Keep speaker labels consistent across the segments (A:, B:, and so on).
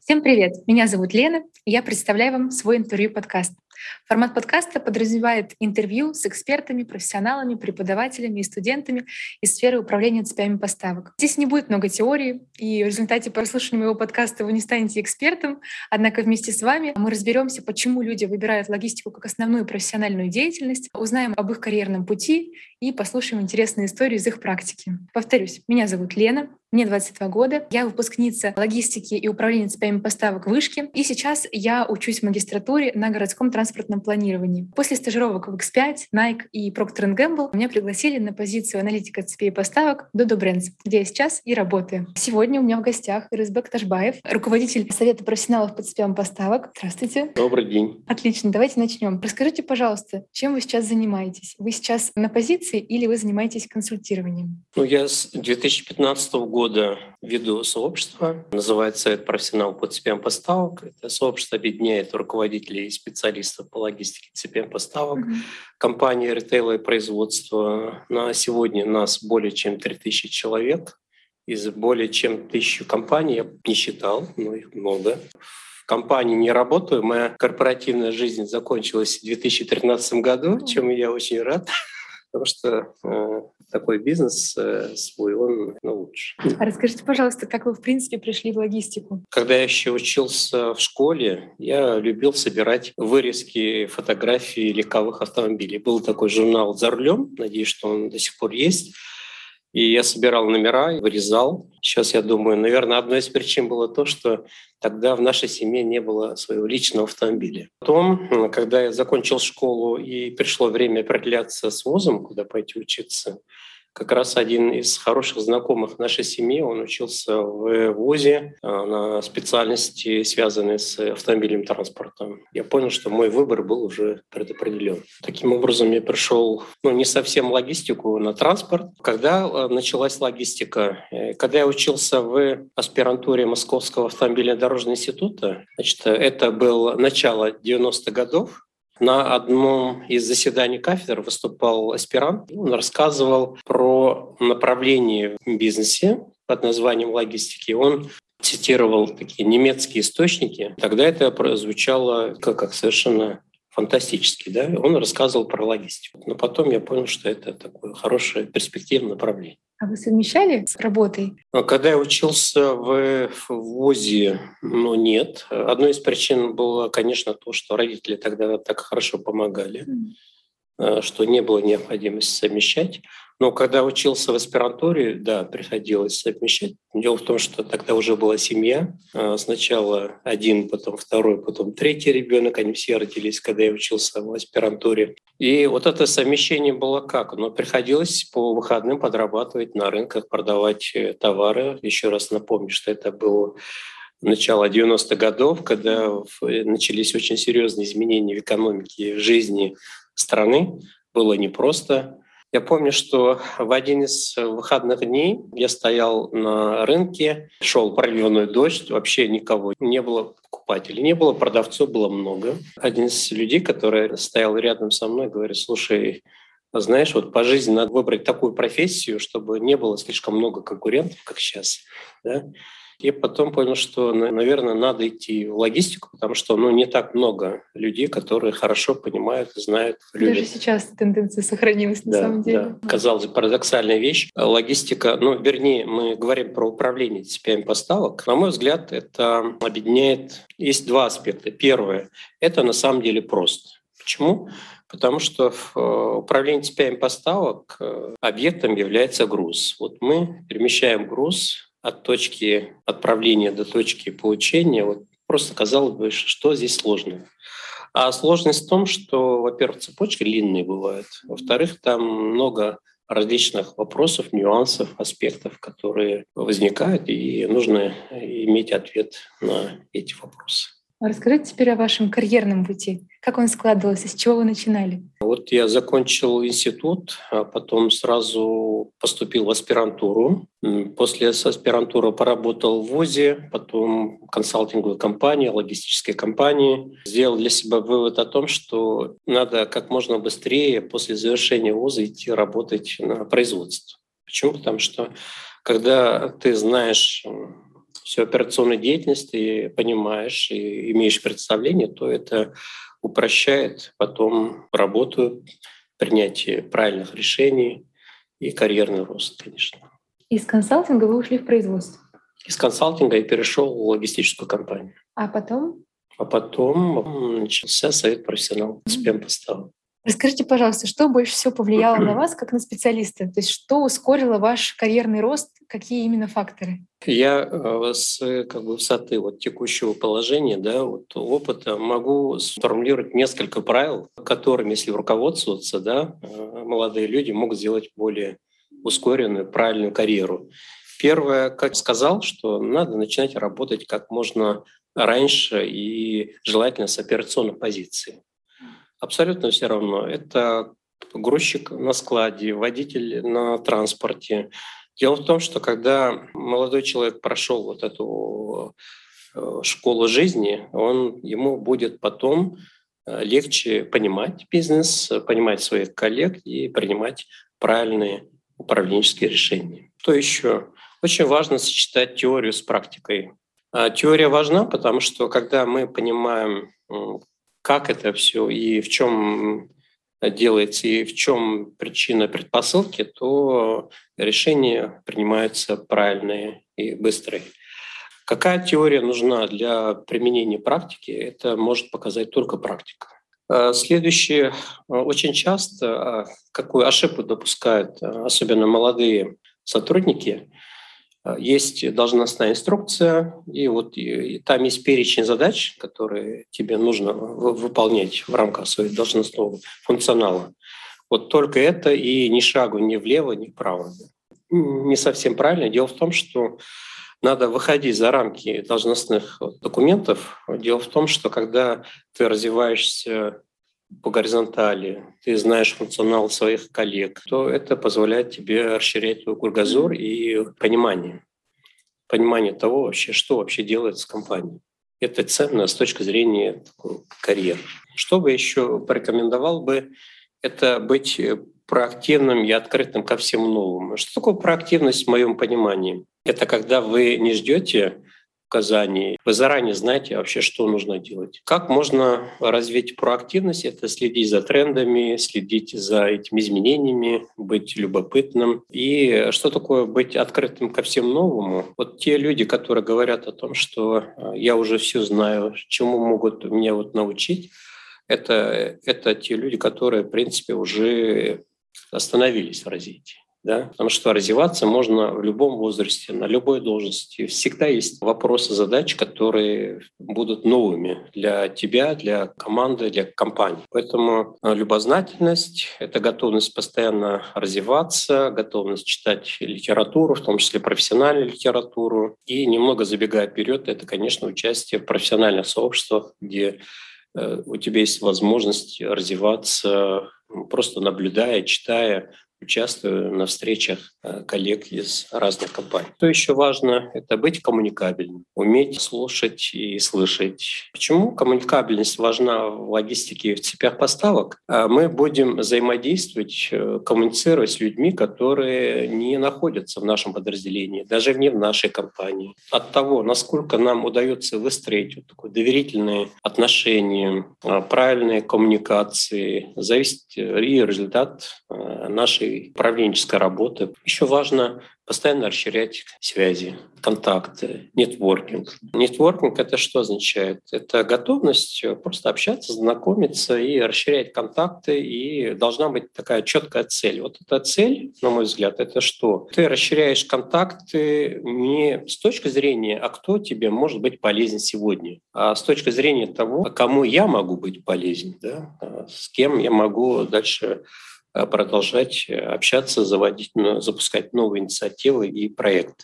A: Всем привет! Меня зовут Лена, и я представляю вам свой интервью-подкаст. Формат подкаста подразумевает интервью с экспертами, профессионалами, преподавателями и студентами из сферы управления цепями поставок. Здесь не будет много теории, и в результате прослушивания моего подкаста вы не станете экспертом, однако вместе с вами мы разберемся, почему люди выбирают логистику как основную профессиональную деятельность, узнаем об их карьерном пути и послушаем интересные истории из их практики. Повторюсь, меня зовут Лена, мне 22 года, я выпускница логистики и управления цепями поставок вышки, и сейчас я учусь в магистратуре на городском транспортном планировании. После стажировок в X5, Nike и Procter Gamble меня пригласили на позицию аналитика цепей поставок Dodo Brands, где я сейчас и работаю. Сегодня у меня в гостях Ирызбек Ташбаев, руководитель Совета профессионалов по цепям поставок. Здравствуйте.
B: Добрый день.
A: Отлично, давайте начнем. Расскажите, пожалуйста, чем вы сейчас занимаетесь? Вы сейчас на позиции или вы занимаетесь консультированием?
B: Я с 2015 года веду сообщество, называется Совет профессионалов по цепям поставок. Это сообщество объединяет руководителей и специалистов по логистике цепям поставок, компании ритейла и производства. На сегодня нас более чем 3000 человек. Из более чем 1000 компаний, я не считал, но их много. В компании не работаю. Моя корпоративная жизнь закончилась в 2013 году, чем я очень рад. Потому что такой бизнес свой, он лучше.
A: А расскажите, пожалуйста, как вы, в принципе, пришли в логистику?
B: Когда я еще учился в школе, я любил собирать вырезки фотографий легковых автомобилей. Был такой журнал «За рулем», надеюсь, что он до сих пор есть. И я собирал номера и вырезал. Сейчас я думаю, наверное, одной из причин было то, что тогда в нашей семье не было своего личного автомобиля. Потом, когда я закончил школу и пришло время определяться с вузом, куда пойти учиться, как раз один из хороших знакомых нашей семьи, он учился в вузе на специальности, связанной с автомобильным транспортом. Я понял, что мой выбор был уже предопределен. Таким образом, я пришел, не совсем в логистику, на транспорт. Когда началась логистика? Когда я учился в аспирантуре Московского автомобильно-дорожного института, это было начало 90-х годов, на одном из заседаний кафедры выступал аспирант. Он рассказывал про направление в бизнесе под названием логистики. Он цитировал такие немецкие источники. Тогда это прозвучало как совершенно фантастически. Да? Он рассказывал про логистику. Но потом я понял, что это такое хорошее перспективное направление.
A: А вы совмещали с работой?
B: Когда я учился в ВУЗе, нет. Одной из причин было, конечно, то, что родители тогда так хорошо помогали, что не было необходимости совмещать. Но когда учился в аспирантуре, да, приходилось совмещать. Дело в том, что тогда уже была семья. Сначала один, потом второй, потом третий ребенок. Они все родились, когда я учился в аспирантуре. И вот это совмещение было как? Приходилось по выходным подрабатывать на рынках, продавать товары. Еще раз напомню, что это было начало 90-х годов, когда начались очень серьезные изменения в экономике, в жизни страны. Было непросто. Я помню, что в один из выходных дней я стоял на рынке, шел проливной дождь, вообще никого не было, покупателей не было, продавцов было много. Один из людей, который стоял рядом со мной, говорит: слушай, знаешь, по жизни надо выбрать такую профессию, чтобы не было слишком много конкурентов, как сейчас. Да? И потом понял, что, наверное, надо идти в логистику, потому что не так много людей, которые хорошо понимают, знают, любят.
A: Даже сейчас тенденция сохранилась на самом деле.
B: Да. Казалось бы, парадоксальная вещь. Логистика, вернее, мы говорим про управление цепями поставок. На мой взгляд, это объединяет... Есть два аспекта. Первое — это на самом деле просто. Почему? Потому что в управлении цепями поставок объектом является груз. Мы перемещаем груз от точки отправления до точки получения. Просто казалось бы, что здесь сложно. А сложность в том, что, во-первых, цепочки длинные бывают. Во-вторых, там много различных вопросов, нюансов, аспектов, которые возникают, и нужно иметь ответ на эти вопросы.
A: Расскажите теперь о вашем карьерном пути. Как он складывался, с чего вы начинали?
B: Я закончил институт, а потом сразу поступил в аспирантуру. После аспирантуры поработал в ВУЗе, потом в консалтинговой компании, логистической компании. Сделал для себя вывод о том, что надо как можно быстрее после завершения ВУЗа идти работать на производство. Почему? Потому что когда ты знаешь всю операционную деятельность ты понимаешь и имеешь представление, то это упрощает потом работу, принятие правильных решений и карьерный рост, конечно.
A: Из консалтинга вы ушли в производство.
B: Из консалтинга я перешел в логистическую компанию.
A: А потом?
B: А потом начался совет профессионалов СПМ поставок.
A: Расскажите, пожалуйста, что больше всего повлияло на вас как на специалиста? То есть что ускорило ваш карьерный рост? Какие именно факторы?
B: Я с высоты текущего положения, опыта могу сформулировать несколько правил, которыми, если руководствоваться, молодые люди могут сделать более ускоренную, правильную карьеру. Первое, как сказал, что надо начинать работать как можно раньше и желательно с операционной позиции. Абсолютно все равно. Это грузчик на складе, водитель на транспорте. Дело в том, что когда молодой человек прошел эту школу жизни, ему будет потом легче понимать бизнес, понимать своих коллег и принимать правильные управленческие решения. Что еще? Очень важно сочетать теорию с практикой. Теория важна, потому что когда мы понимаем, как это все и в чем делается, и в чем причина предпосылки, то решения принимаются правильные и быстрые. Какая теория нужна для применения практики, это может показать только практика. Следующее. Очень часто какую ошибку допускают, особенно молодые сотрудники, есть должностная инструкция, и там есть перечень задач, которые тебе нужно выполнять в рамках своего должностного функционала. Только это и ни шагу ни влево, ни вправо. Не совсем правильно. Дело в том, что надо выходить за рамки должностных документов. Дело в том, что когда ты развиваешься по горизонтали, ты знаешь функционал своих коллег, то это позволяет тебе расширять твой кругозор и понимание того вообще, что вообще делается в компании. Это ценно с точки зрения карьеры. Что бы еще порекомендовал бы, это быть проактивным и открытым ко всему новому. Что такое проактивность в моем понимании? Это когда вы не ждете указаний, вы заранее знаете вообще, что нужно делать. Как можно развить проактивность? Это следить за трендами, следить за этими изменениями, быть любопытным. И что такое быть открытым ко всему новому? Те люди, которые говорят о том, что я уже все знаю, чему могут меня научить, это те люди, которые, в принципе, уже остановились в развитии. Потому что развиваться можно в любом возрасте, на любой должности. Всегда есть вопросы, задачи, которые будут новыми для тебя, для команды, для компании. Поэтому любознательность — это готовность постоянно развиваться, готовность читать литературу, в том числе профессиональную литературу. И немного забегая вперед, это, конечно, участие в профессиональных сообществах, где у тебя есть возможность развиваться, просто наблюдая, читая, участвую на встречах коллег из разных компаний. Что еще важно — это быть коммуникабельным, уметь слушать и слышать. Почему коммуникабельность важна в логистике и в цепях поставок? Мы будем взаимодействовать, коммуницировать с людьми, которые не находятся в нашем подразделении, даже не в нашей компании. От того, насколько нам удается выстроить такое доверительные отношения, правильные коммуникации, зависит и результат нашей управленческой работы. Еще важно постоянно расширять связи, контакты, нетворкинг. Нетворкинг — это что означает? Это готовность просто общаться, знакомиться и расширять контакты, и должна быть такая четкая цель. Эта цель, на мой взгляд, это что? Ты расширяешь контакты не с точки зрения, а кто тебе может быть полезен сегодня, а с точки зрения того, кому я могу быть полезен, с кем я могу дальше продолжать общаться, запускать новые инициативы и проекты.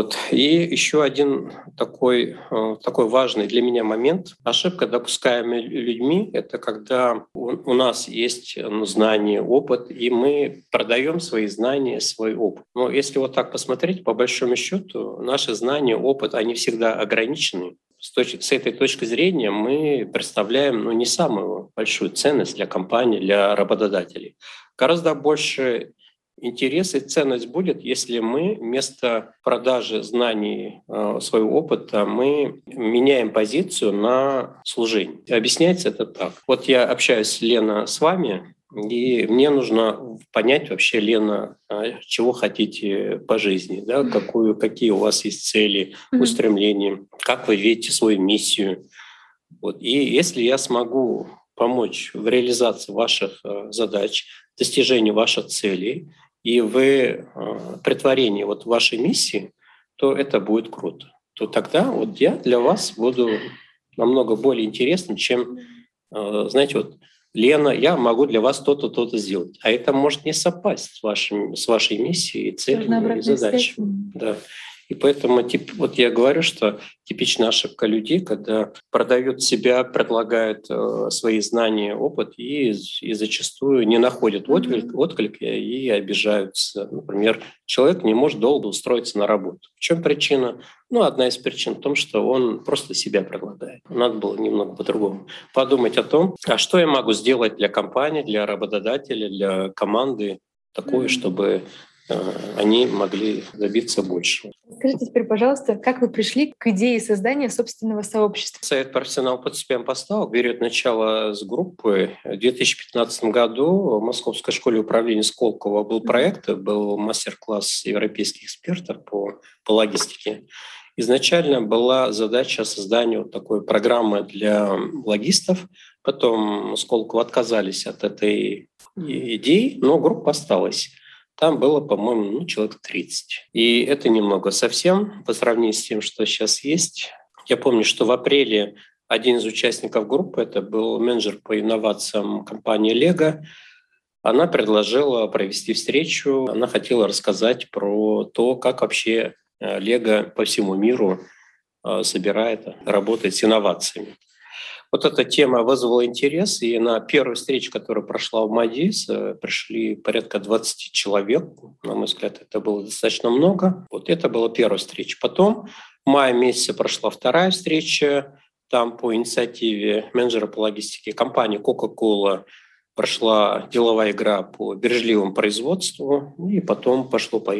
B: И еще один такой важный для меня момент. Ошибка, допускаемая людьми, это когда у нас есть знания, опыт, и мы продаем свои знания, свой опыт. Но если так посмотреть, по большому счету, наши знания, опыт, они всегда ограничены. С этой точки зрения мы представляем не самую большую ценность для компании, для работодателей. Гораздо больше интерес и ценность будет, если мы вместо продажи знаний, своего опыта, мы меняем позицию на служение. Объясняется это так. Вот я общаюсь, Лена, с вами, и мне нужно понять вообще, Лена, чего хотите по жизни, да, какие у вас есть цели, устремления, как вы видите свою миссию. Вот. И если я смогу помочь в реализации ваших задач, достижении ваших целей и в претворении вот вашей миссии, то это будет круто. То тогда вот я для вас буду намного более интересным, чем, знаете, вот Лена, я могу для вас то-то, то-то сделать. А это может не совпасть с вашей миссией, целями и задачами. Да. И поэтому вот я говорю, что типичная ошибка людей, когда продают себя, предлагают свои знания, опыт и зачастую не находят отклика и обижаются. Например, человек не может долго устроиться на работу. В чем причина? Одна из причин в том, что он просто себя предлагает. Надо было немного по-другому подумать о том, а что я могу сделать для компании, для работодателя, для команды такое, чтобы они могли добиться большего.
A: Скажите теперь, пожалуйста, как вы пришли к идее создания собственного сообщества?
B: Совет профессионалов по цепям поставок берет начало с группы. В 2015 году в Московской школе управления Сколково был проект, был мастер-класс европейских экспертов по логистике. Изначально была задача создания вот такой программы для логистов. Потом Сколково отказались от этой идеи, но группа осталась. Там было, по-моему, человек 30. И это немного совсем по сравнению с тем, что сейчас есть. Я помню, что в апреле один из участников группы, это был менеджер по инновациям компании «Лего», она предложила провести встречу. Она хотела рассказать про то, как вообще «Лего» по всему миру собирает, работает с инновациями. Вот эта тема вызвала интерес, и на первую встречу, которая прошла в МАДИС, пришли порядка 20 человек. На мой взгляд, это было достаточно много. Вот это была первая встреча. Потом в мае месяце прошла вторая встреча. Там по инициативе менеджера по логистике компании Coca-Cola прошла деловая игра по бережливому производству, и потом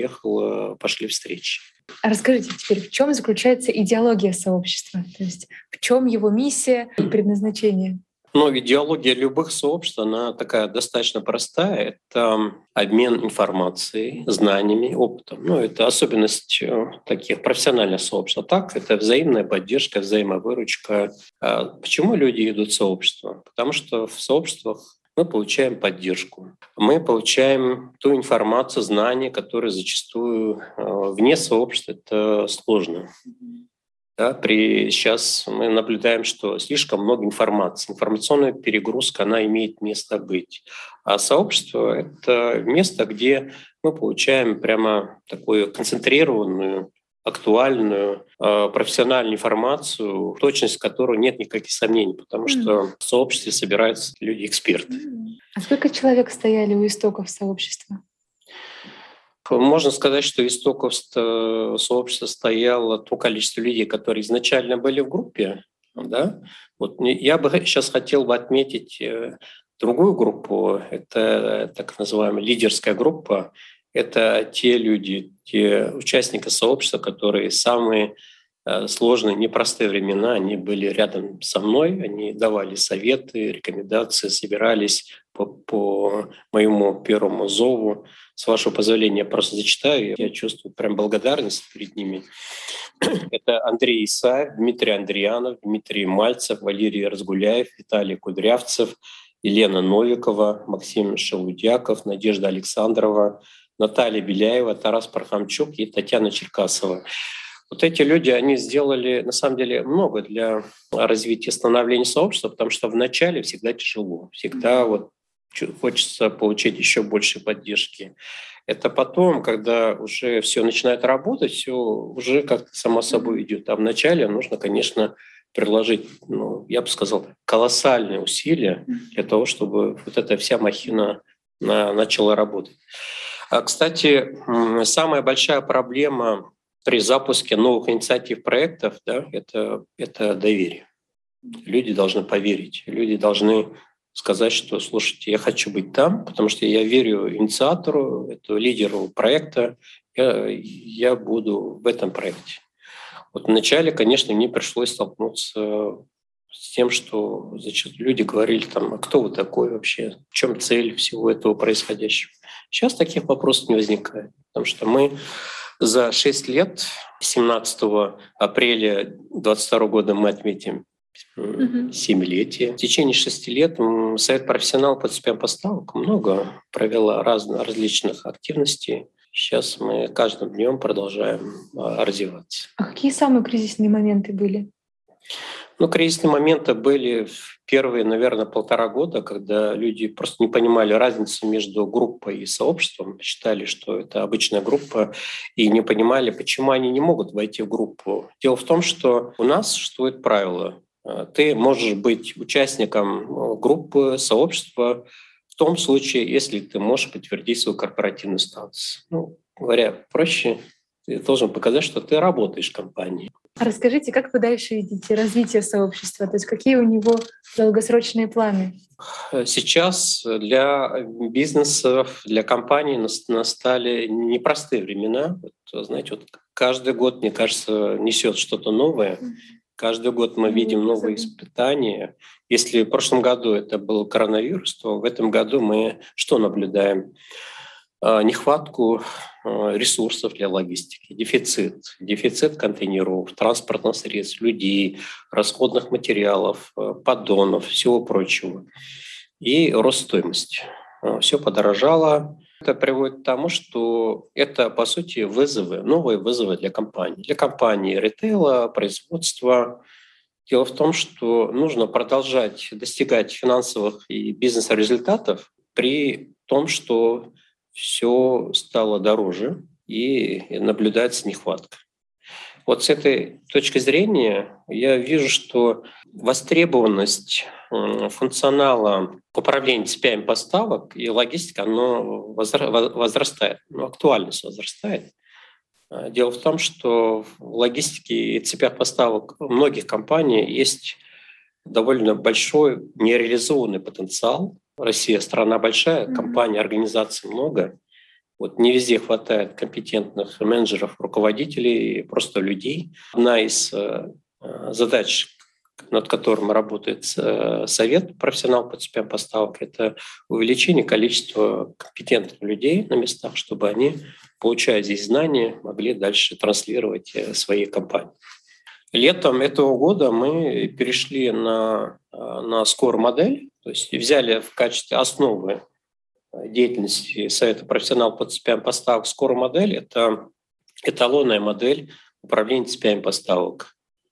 B: пошли встречи.
A: Расскажите теперь, в чем заключается идеология сообщества? То есть в чем его миссия и предназначение?
B: Идеология любых сообществ, она такая достаточно простая. Это обмен информацией, знаниями, опытом. Это особенность таких профессиональных сообществ. А так, это взаимная поддержка, взаимовыручка. Почему люди идут в сообщество? Потому что в сообществах мы получаем поддержку. Мы получаем ту информацию, знания, которые зачастую вне сообщества это сложно. Да, сейчас мы наблюдаем, что слишком много информации. Информационная перегрузка, она имеет место быть. А сообщество — это место, где мы получаем прямо такую концентрированную, актуальную, профессиональную информацию, в точности которой нет никаких сомнений, потому что в сообществе собираются люди-эксперты.
A: А сколько человек стояли у истоков сообщества?
B: Можно сказать, что истоков сообщества стояло то количество людей, которые изначально были в группе. Да? Я бы сейчас хотел отметить другую группу. Это так называемая лидерская группа. Это те люди, те участники сообщества, которые самые сложные, непростые времена, они были рядом со мной, они давали советы, рекомендации, собирались по моему первому зову. С вашего позволения, я просто зачитаю, я чувствую прям благодарность перед ними. Это Андрей Исаев, Дмитрий Андрианов, Дмитрий Мальцев, Валерий Разгуляев, Виталий Кудрявцев, Елена Новикова, Максим Шелудяков, Надежда Александрова, Наталья Беляева, Тарас Пархамчук и Татьяна Черкасова. Вот эти люди, они сделали, на самом деле, много для развития, становления сообщества, потому что вначале всегда тяжело, всегда хочется получить еще больше поддержки. Это потом, когда уже все начинает работать, все уже как-то само собой идет. А вначале нужно, конечно, приложить, я бы сказал, колоссальные усилия для того, чтобы вот эта вся махина начала работать. Кстати, самая большая проблема при запуске новых инициатив, проектов, да, это доверие. Люди должны поверить, люди должны сказать, что, слушайте, я хочу быть там, потому что я верю инициатору, это лидеру проекта, я буду в этом проекте. Вот вначале, конечно, мне пришлось столкнуться с тем, что люди говорили там, а кто вы такой вообще, в чем цель всего этого происходящего. Сейчас таких вопросов не возникает, потому что мы за 6 лет, 17 апреля 2022 года мы отметим 7-летие. В течение 6 лет Совет профессионалов по цепям поставок много провела различных активностей. Сейчас мы каждым днем продолжаем развиваться.
A: А какие самые кризисные моменты были?
B: Кризисные моменты были в первые, наверное, 1,5 года, когда люди просто не понимали разницы между группой и сообществом, считали, что это обычная группа, и не понимали, почему они не могут войти в группу. Дело в том, что у нас существует правило. Ты можешь быть участником группы, сообщества в том случае, если ты можешь подтвердить свой корпоративный статус. Говоря проще, ты должен показать, что ты работаешь в компании.
A: А расскажите, как вы дальше видите развитие сообщества? То есть какие у него долгосрочные планы?
B: Сейчас для бизнесов, для компаний настали непростые времена. Знаете, каждый год, мне кажется, несет что-то новое. Каждый год мы видим новые испытания. Если в прошлом году это был коронавирус, то в этом году мы что наблюдаем? Нехватку ресурсов для логистики, дефицит контейнеров, транспортных средств, людей, расходных материалов, поддонов, всего прочего. И рост стоимости. Все подорожало. Это приводит к тому, что это, по сути, новые вызовы для компаний. Для компаний ритейла, производства. Дело в том, что нужно продолжать достигать финансовых и бизнес-результатов при том, что все стало дороже и наблюдается нехватка. Вот с этой точки зрения я вижу, что востребованность функционала управления цепями поставок и логистика, оно возрастает, актуальность возрастает. Дело в том, что в логистике и цепях поставок многих компаний есть довольно большой нереализованный потенциал. Россия страна большая, компаний, организаций много. Не везде хватает компетентных менеджеров, руководителей, просто людей. Одна из задач, над которым работает Совет профессионалов по цепям поставок, это увеличение количества компетентных людей на местах, чтобы они, получая здесь знания, могли дальше транслировать свои компании. Летом этого года мы перешли на скор-модель, то есть взяли в качестве основы деятельности Совета профессионалов по цепям поставок скор-модель. Это эталонная модель управления цепями поставок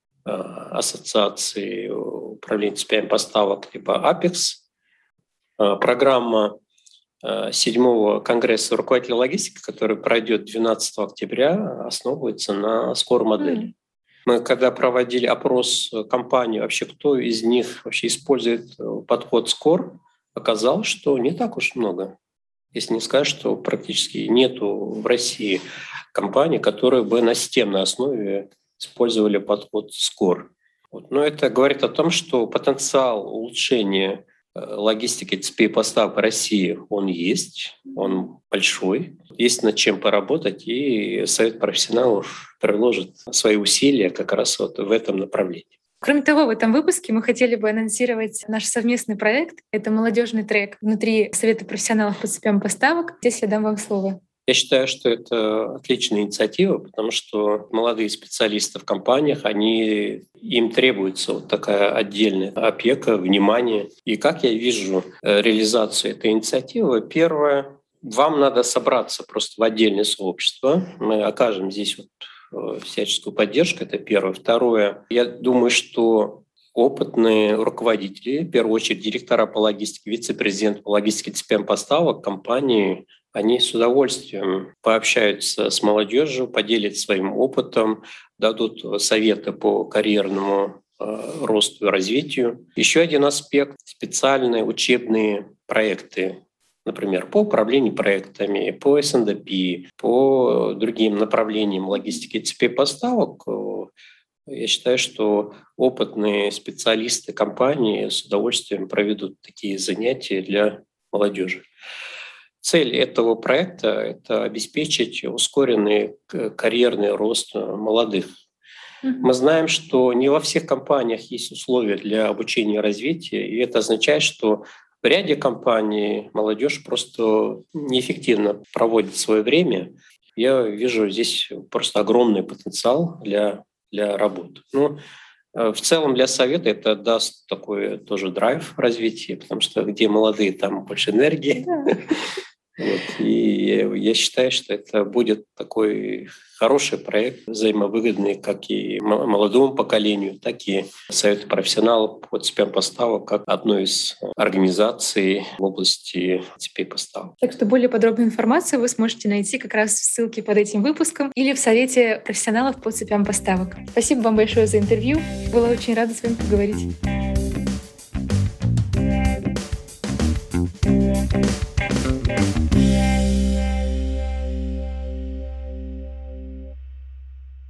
B: Ассоциации управления цепями поставок либо АПЕКС. Программа 7-го конгресса руководителей логистики, который пройдет 12 октября, основывается на скор-модели. Мы когда проводили опрос компаний, вообще кто из них вообще использует подход скор, оказалось, что не так уж много. Если не сказать, что практически нету в России компаний, которые бы на системной основе использовали подход скор. Но это говорит о том, что потенциал улучшения логистики цепей поставок в России, он есть, он большой. Есть над чем поработать, и Совет профессионалов приложит свои усилия как раз в этом направлении.
A: Кроме того, в этом выпуске мы хотели бы анонсировать наш совместный проект. Это молодежный трек внутри Совета профессионалов по цепям поставок. Здесь я дам вам слово.
B: Я считаю, что это отличная инициатива, потому что молодые специалисты в компаниях, им требуется такая отдельная опека, внимание. И как я вижу реализацию этой инициативы, первое, вам надо собраться просто в отдельное сообщество. Мы окажем здесь всяческую поддержку, это первое. Второе, я думаю, что опытные руководители, в первую очередь директора по логистике, вице-президент по логистике цепям поставок компании, они с удовольствием пообщаются с молодежью, поделятся своим опытом, дадут советы по карьерному росту и развитию. Еще один аспект – специальные учебные проекты. Например, по управлению проектами, по СНДП, по другим направлениям логистики цепей поставок Я считаю, что опытные специалисты компании с удовольствием проведут такие занятия для молодежи. Цель этого проекта – это обеспечить ускоренный карьерный рост молодых. Мы знаем, что не во всех компаниях есть условия для обучения и развития, и это означает, что в ряде компаний молодежь просто неэффективно проводит свое время. Я вижу здесь просто огромный потенциал для работы. В целом для совета это даст такой тоже драйв развития, потому что где молодые, там больше энергии.
A: Да.
B: И я считаю, что это будет такой хороший проект, взаимовыгодный как и молодому поколению, так и Совету профессионалов по цепям поставок, как одной из организаций в области цепей поставок.
A: Так что более подробную информацию вы сможете найти как раз в ссылке под этим выпуском или в Совете профессионалов по цепям поставок. Спасибо вам большое за интервью. Была очень рада с вами поговорить.